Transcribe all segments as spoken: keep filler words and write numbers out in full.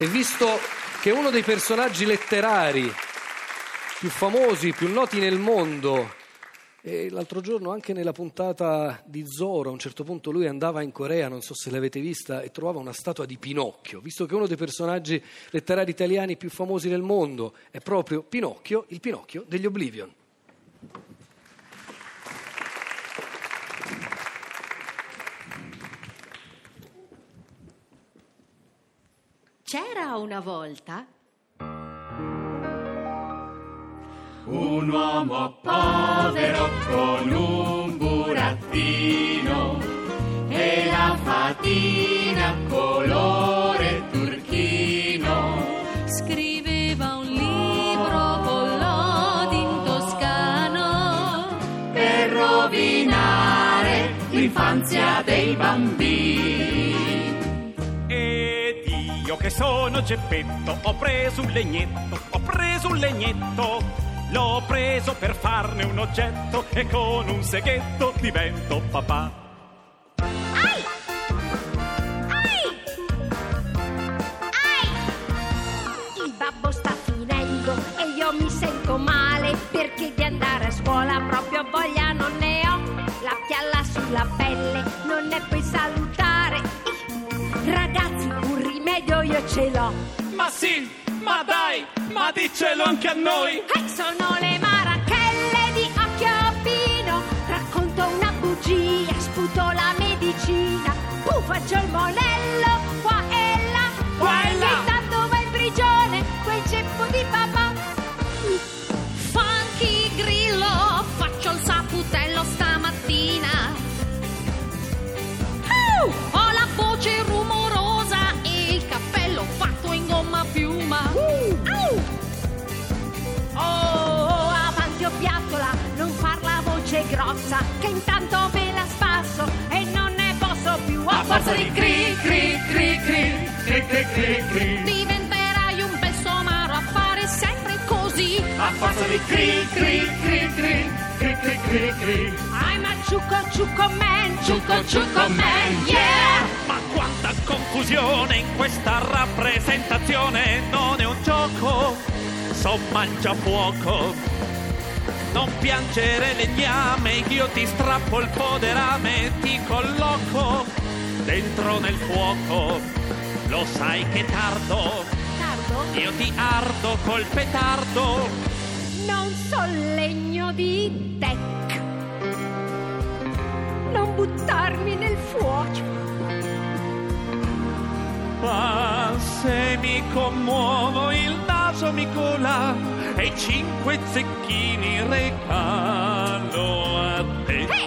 E visto che uno dei personaggi letterari più famosi, più noti nel mondo, e l'altro giorno anche nella puntata di Zorro, a un certo punto lui andava in Corea, non so se l'avete vista, e trovava una statua di Pinocchio. Visto che uno dei personaggi letterari italiani più famosi nel mondo è proprio Pinocchio, il Pinocchio degli Oblivion. C'era una volta un uomo povero con un burattino e la fatina colore turchino. Scriveva un libro con l'odi in toscano per rovinare l'infanzia dei bambini. Io che sono Geppetto, ho preso un legnetto, ho preso un legnetto, l'ho preso per farne un oggetto e con un seghetto divento papà. Ai! Ai! Ai! Il babbo sta finendo e io mi sento male perché di andare a scuola proprio voglia non ne ho. La pialla sulla pelle non è poi salutare. Ragazzi, un rimedio io ce l'ho. Ma sì, ma dai, ma diccelo anche a noi. Eh, sono le marachelle di Occhio Pino. Racconto una bugia, sputo la medicina. Puh, faccio il monello, qua e là. Qua e là. Che tanto va in prigione quel ceppo di papà. Funky Grillo, faccio il saputello stamattina. Uh, ho la voce rumorosa e il cappello fatto in gomma piuma. Uh, uh. Oh, avanti o piattola, non far la voce grossa, che intanto me la spasso e non ne posso più. A forza di cri cri cri cri cri cri cri cri diventerai un bel somaro a fare sempre così. A forza di cri cri cri cri cri cri cri cri I'm a ciucco ciucco man, ciucco ciucco man, yeah! Ma quanta confusione in questa rappresentazione, non è un gioco, so mangiafuoco. Non piangere legname, io ti strappo il poderame, ti colloco dentro nel fuoco. Lo sai che tardo, Tardo? io ti ardo col petardo. Non so legno di tec, non buttarmi nel fuoco. Ma se mi commuovo il naso mi cola e i cinque zecchini regalo a te. Hey!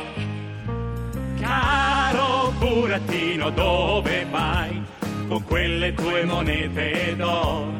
Caro burattino, dove vai con quelle tue monete d'oro?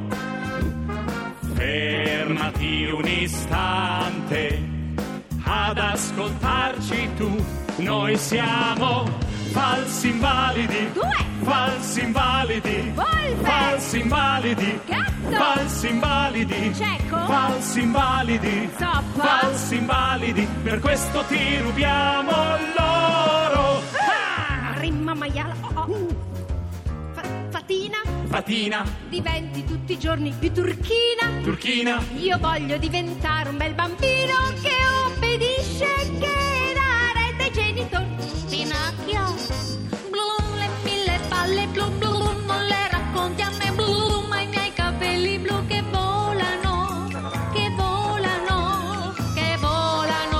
Fermati un istante ad ascoltarci tu. Noi siamo falsi invalidi, Due! falsi invalidi, Volpe! falsi invalidi, Gatto! falsi invalidi, Cieco! falsi invalidi, Zoppa! falsi invalidi, per questo ti rubiamo l'oro. Ah! Rimma maiala. Oh, oh. Fa- fatina, Fatina, diventi tutti i giorni più turchina. turchina, Io voglio diventare un bel bambino che obbedisce, che dà retta ai genitori. Pinocchio, blum, le mille palle blu blu, non le racconti a me blu, ma i miei capelli blu che volano, che volano, che volano.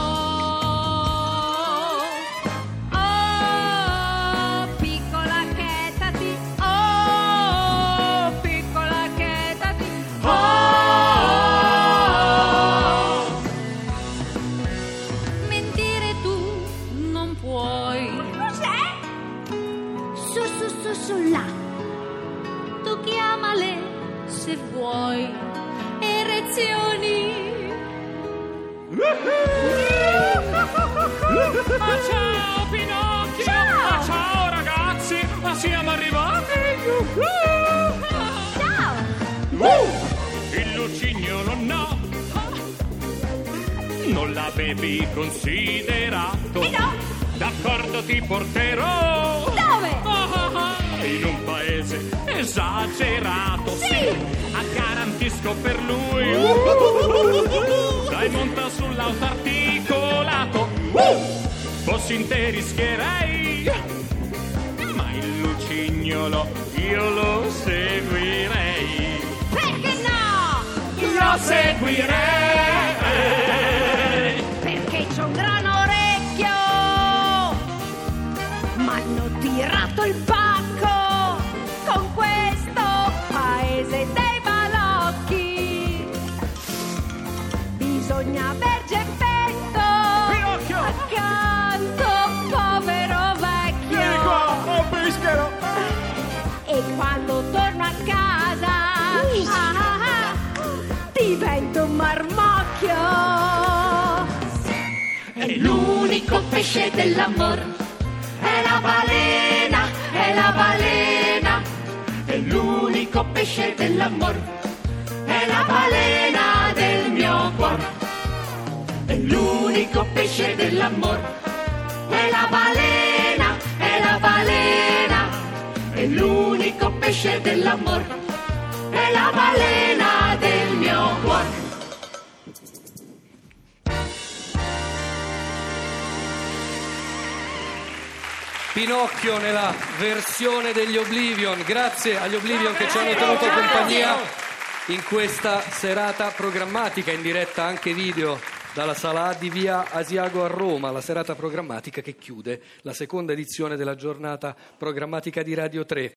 Oh, piccola chetati, oh, piccola chetati, oh, mentire tu non puoi. Cos'è? Su su su su là. Tu chiamale se vuoi. Erezioni. Ma ciao Pinocchio! Ciao! Ma ciao ragazzi! Ma siamo arrivati! Ciao. Il lucignolo no! Non l'avevi considerato? E no. D'accordo, ti porterò Dove? in un paese esagerato, sì, garantisco per lui. Dai, monta sull'auto articolato, fossi interi schierei, ma il lucignolo io lo seguirei. Perché no? Lo seguirei, Perché c'ho un gran orecchio. M'hanno tirato il pacco con questo paese dei balocchi. Bisogna aver geppetto accanto, povero vecchio. vieni qua, oh bischero. E quando torno a casa ah, ah, ah, divento un marmocchio. È l'unico pesce dell'amor, è la balena, è la balena. È l'unico pesce dell'amor, è la balena del mio cuore. È l'unico pesce dell'amor, è la balena, è la balena. È l'unico pesce dell'amor, è la balena del mio cuore. Pinocchio nella versione degli Oblivion. Grazie agli Oblivion che ci hanno tenuto compagnia in questa serata programmatica, in diretta anche video dalla Sala A di via Asiago a Roma, la serata programmatica che chiude la seconda edizione della giornata programmatica di Radio tre.